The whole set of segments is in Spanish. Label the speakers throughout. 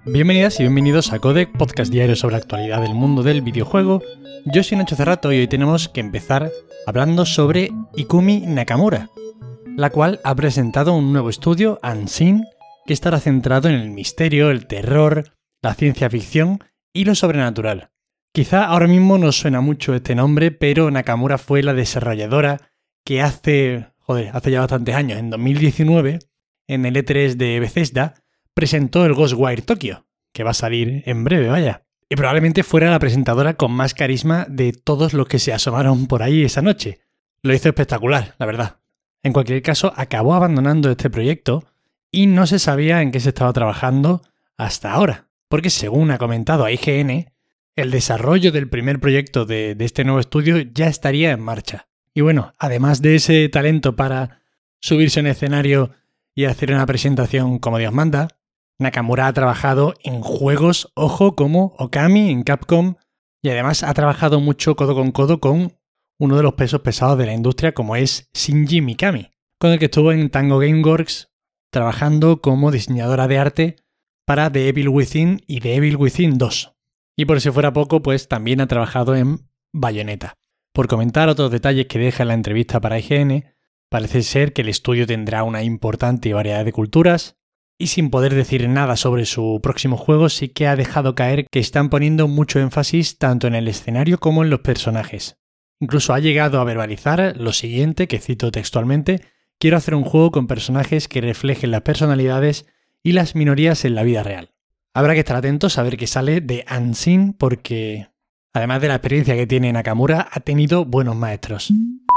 Speaker 1: Bienvenidas y bienvenidos a Codec, podcast diario sobre la actualidad del mundo del videojuego. Yo soy Nacho Cerrato y hoy tenemos que empezar hablando sobre Ikumi Nakamura, la cual ha presentado un nuevo estudio, Unseen, que estará centrado en el misterio, el terror, la ciencia ficción y lo sobrenatural. Quizá ahora mismo no suena mucho este nombre, pero Nakamura fue la desarrolladora que hace ya bastantes años, en 2019, en el E3 de Bethesda, presentó el Ghostwire Tokyo, que va a salir en breve, vaya. Y probablemente fuera la presentadora con más carisma de todos los que se asomaron por ahí esa noche. Lo hizo espectacular, la verdad. En cualquier caso, acabó abandonando este proyecto y no se sabía en qué se estaba trabajando hasta ahora, porque según ha comentado a IGN, el desarrollo del primer proyecto de este nuevo estudio ya estaría en marcha. Y bueno, además de ese talento para subirse en escenario y hacer una presentación como Dios manda, Nakamura ha trabajado en juegos, ojo, como Okami en Capcom, y además ha trabajado mucho codo con uno de los pesos pesados de la industria como es Shinji Mikami, con el que estuvo en Tango Gameworks trabajando como diseñadora de arte para The Evil Within y The Evil Within 2. Y por si fuera poco, pues también ha trabajado en Bayonetta. Por comentar otros detalles que deja en la entrevista para IGN, parece ser que el estudio tendrá una importante variedad de culturas, y sin poder decir nada sobre su próximo juego, sí que ha dejado caer que están poniendo mucho énfasis tanto en el escenario como en los personajes. Incluso ha llegado a verbalizar lo siguiente, que cito textualmente: quiero hacer un juego con personajes que reflejen las personalidades y las minorías en la vida real. Habrá que estar atentos a ver qué sale de Unseen, porque además de la experiencia que tiene Nakamura, ha tenido buenos maestros.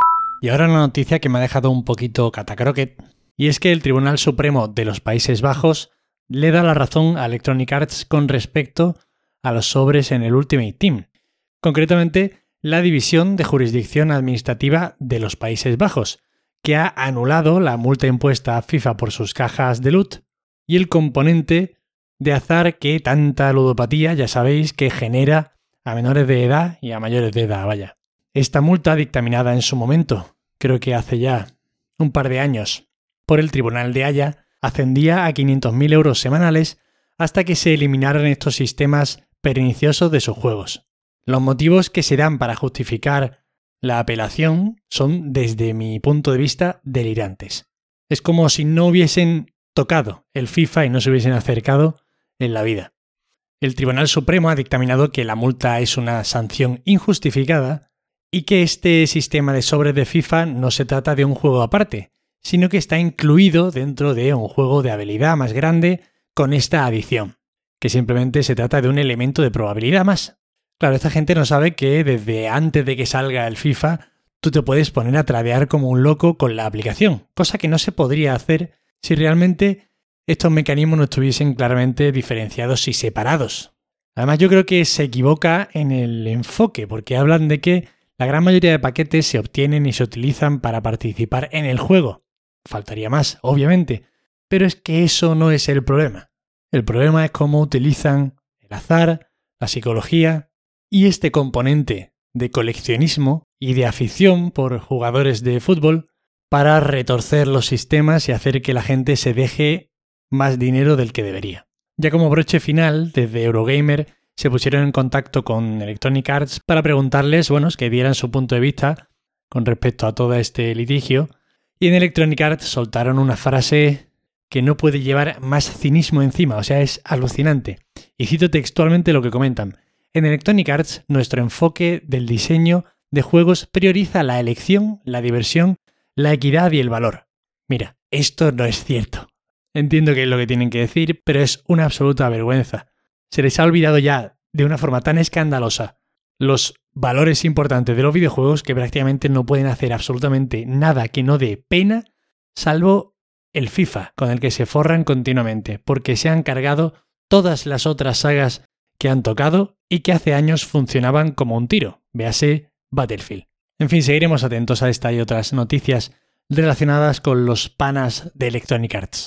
Speaker 1: Y ahora una noticia que me ha dejado un poquito catacroquet, y es que el Tribunal Supremo de los Países Bajos le da la razón a Electronic Arts con respecto a los sobres en el Ultimate Team. Concretamente, la División de Jurisdicción Administrativa de los Países Bajos, que ha anulado la multa impuesta a FIFA por sus cajas de loot y el componente de azar que tanta ludopatía, ya sabéis, que genera a menores de edad y a mayores de edad, vaya. Esta multa, dictaminada en su momento, creo que hace ya un par de años, por el Tribunal de Haya, ascendía a 500.000 euros semanales hasta que se eliminaran estos sistemas perniciosos de sus juegos. Los motivos que se dan para justificar la apelación son, desde mi punto de vista, delirantes. Es como si no hubiesen tocado el FIFA y no se hubiesen acercado en la vida. El Tribunal Supremo ha dictaminado que la multa es una sanción injustificada y que este sistema de sobres de FIFA no se trata de un juego aparte, sino que está incluido dentro de un juego de habilidad más grande con esta adición, que simplemente se trata de un elemento de probabilidad más. Claro, esta gente no sabe que desde antes de que salga el FIFA, tú te puedes poner a tradear como un loco con la aplicación, cosa que no se podría hacer si realmente estos mecanismos no estuviesen claramente diferenciados y separados. Además, yo creo que se equivoca en el enfoque, porque hablan de que la gran mayoría de paquetes se obtienen y se utilizan para participar en el juego. Faltaría más, obviamente, pero es que eso no es el problema. El problema es cómo utilizan el azar, la psicología y este componente de coleccionismo y de afición por jugadores de fútbol para retorcer los sistemas y hacer que la gente se deje más dinero del que debería. Ya como broche final, desde Eurogamer se pusieron en contacto con Electronic Arts para preguntarles, que dieran su punto de vista con respecto a todo este litigio. Y en Electronic Arts soltaron una frase que no puede llevar más cinismo encima, o sea, es alucinante. Y cito textualmente lo que comentan: en Electronic Arts, nuestro enfoque del diseño de juegos prioriza la elección, la diversión, la equidad y el valor. Mira, esto no es cierto. Entiendo que es lo que tienen que decir, pero es una absoluta vergüenza. Se les ha olvidado ya, de una forma tan escandalosa, los valores importantes de los videojuegos, que prácticamente no pueden hacer absolutamente nada que no dé pena, salvo el FIFA, con el que se forran continuamente, porque se han cargado todas las otras sagas que han tocado y que hace años funcionaban como un tiro, véase Battlefield. En fin, seguiremos atentos a esta y otras noticias relacionadas con los panas de Electronic Arts.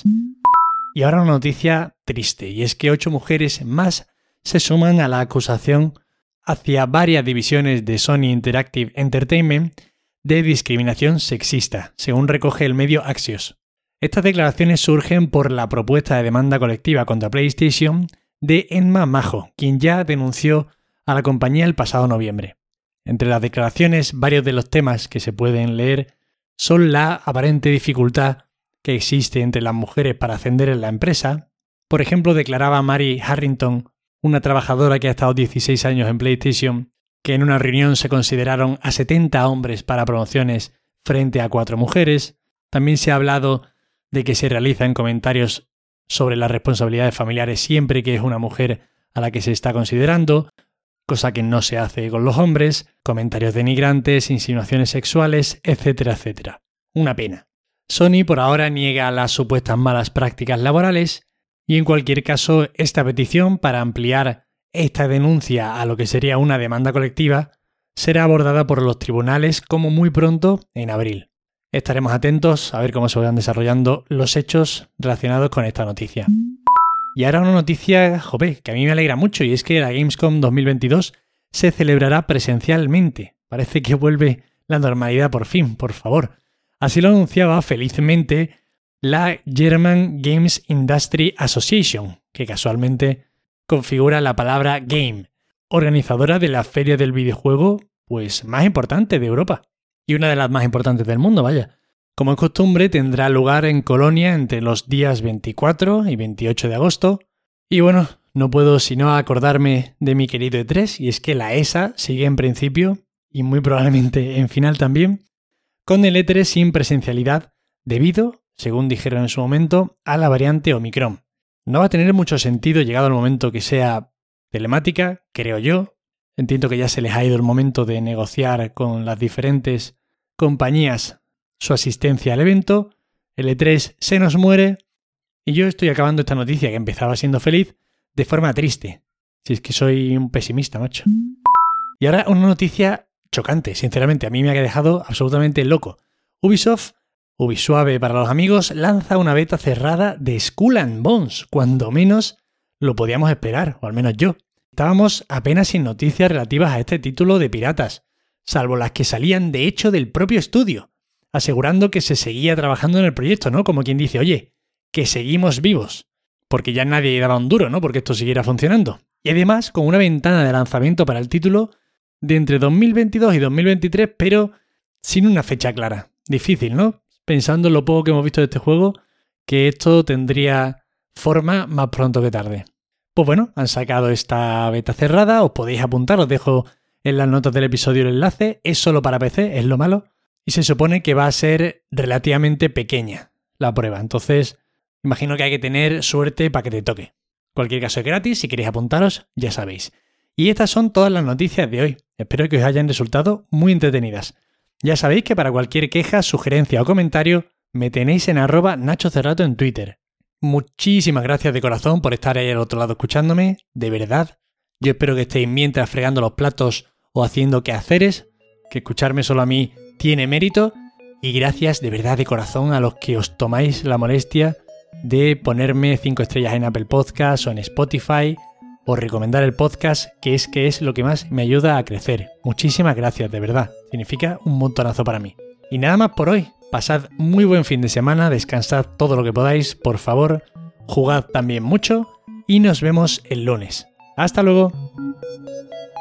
Speaker 1: Y ahora una noticia triste, y es que 8 mujeres más se suman a la acusación hacia varias divisiones de Sony Interactive Entertainment de discriminación sexista, según recoge el medio Axios. Estas declaraciones surgen por la propuesta de demanda colectiva contra PlayStation de Enma Majo, quien ya denunció a la compañía el pasado noviembre. Entre las declaraciones, varios de los temas que se pueden leer son la aparente dificultad que existe entre las mujeres para ascender en la empresa. Por ejemplo, declaraba Mary Harrington, una trabajadora que ha estado 16 años en PlayStation, que en una reunión se consideraron a 70 hombres para promociones frente a 4 mujeres. También se ha hablado de que se realizan comentarios sobre las responsabilidades familiares siempre que es una mujer a la que se está considerando, cosa que no se hace con los hombres, comentarios denigrantes, insinuaciones sexuales, etcétera, etcétera. Una pena. Sony por ahora niega las supuestas malas prácticas laborales y en cualquier caso esta petición para ampliar esta denuncia a lo que sería una demanda colectiva será abordada por los tribunales como muy pronto en abril. Estaremos atentos a ver cómo se van desarrollando los hechos relacionados con esta noticia. Y ahora una noticia, que a mí me alegra mucho, y es que la Gamescom 2022 se celebrará presencialmente. Parece que vuelve la normalidad por fin, por favor. Así lo anunciaba felizmente la German Games Industry Association, que casualmente configura la palabra game, organizadora de la feria del videojuego pues más importante de Europa. Y una de las más importantes del mundo, vaya. Como es costumbre, tendrá lugar en Colonia entre los días 24 y 28 de agosto. Y bueno, no puedo sino acordarme de mi querido E3, y es que la ESA sigue en principio, y muy probablemente en final también, con el E3 sin presencialidad debido, según dijeron en su momento, a la variante Omicron. No va a tener mucho sentido llegado el momento que sea telemática, creo yo. Entiendo que ya se les ha ido el momento de negociar con las diferentes compañías su asistencia al evento. El E3 se nos muere y yo estoy acabando esta noticia que empezaba siendo feliz de forma triste. Si es que soy un pesimista, macho. Y ahora una noticia chocante, sinceramente, a mí me ha dejado absolutamente loco. Ubisuave para los amigos, lanza una beta cerrada de Skull and Bones, cuando menos lo podíamos esperar, o al menos yo. Estábamos apenas sin noticias relativas a este título de piratas, salvo las que salían de hecho del propio estudio, asegurando que se seguía trabajando en el proyecto, ¿no? Como quien dice, oye, que seguimos vivos, porque ya nadie daba un duro, ¿no? Porque esto siguiera funcionando. Y además con una ventana de lanzamiento para el título de entre 2022 y 2023, pero sin una fecha clara. Difícil, ¿no? Pensando en lo poco que hemos visto de este juego, que esto tendría forma más pronto que tarde. Pues bueno, han sacado esta beta cerrada, os podéis apuntar, os dejo en las notas del episodio el enlace, es solo para PC, es lo malo, y se supone que va a ser relativamente pequeña la prueba, entonces imagino que hay que tener suerte para que te toque. En cualquier caso es gratis, si queréis apuntaros, ya sabéis. Y estas son todas las noticias de hoy, espero que os hayan resultado muy entretenidas. Ya sabéis que para cualquier queja, sugerencia o comentario me tenéis en @NachoCerrato en Twitter. Muchísimas gracias de corazón por estar ahí al otro lado escuchándome, de verdad. Yo espero que estéis mientras fregando los platos o haciendo quehaceres, que escucharme solo a mí tiene mérito. Y gracias de verdad de corazón a los que os tomáis la molestia de ponerme 5 estrellas en Apple Podcasts o en Spotify o recomendar el podcast, que es lo que más me ayuda a crecer. Muchísimas gracias, de verdad. Significa un montonazo para mí. Y nada más por hoy. Pasad muy buen fin de semana, descansad todo lo que podáis, por favor, jugad también mucho y nos vemos el lunes. ¡Hasta luego!